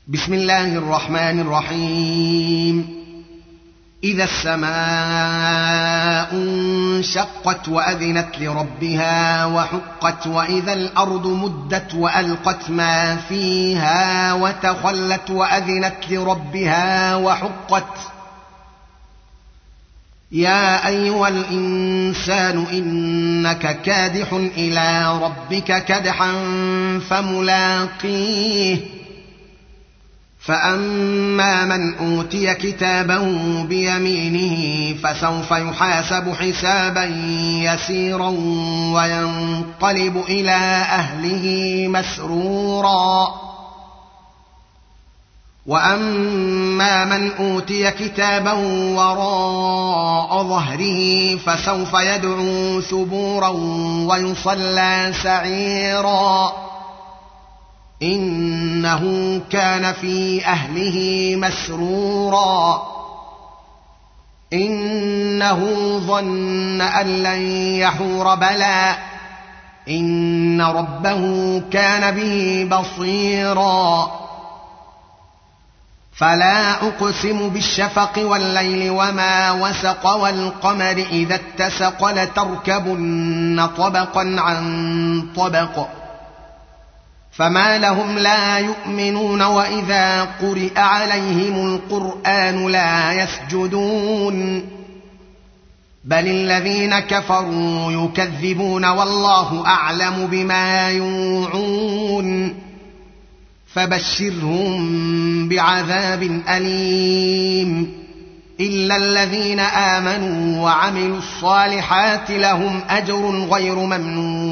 بسم الله الرحمن الرحيم. إذا السماء انشقت وأذنت لربها وحقت وإذا الأرض مدت وألقت ما فيها وتخلت وأذنت لربها وحقت. يا أيها الإنسان إنك كادح إلى ربك كدحا فملاقيه. فأما من أوتي كتابه بيمينه فسوف يحاسب حسابا يسيرا وينقلب إلى أهله مسرورا. وأما من أوتي كتابه وراء ظهره فسوف يدعو ثبورا ويصلى سعيرا. إنه كان في أهله مسرورا. إنه ظن أن لن يحور بلى إن ربه كان به بصيرا. فلا أقسم بالشفق والليل وما وسق والقمر إذا اتسق لتركبن طبقا عن طبق فما لهم لا يؤمنون وإذا قرئ عليهم القرآن لا يسجدون بل الذين كفروا يكذبون والله أعلم بما يوعون فبشرهم بعذاب أليم إلا الذين آمنوا وعملوا الصالحات لهم أجر غير ممنون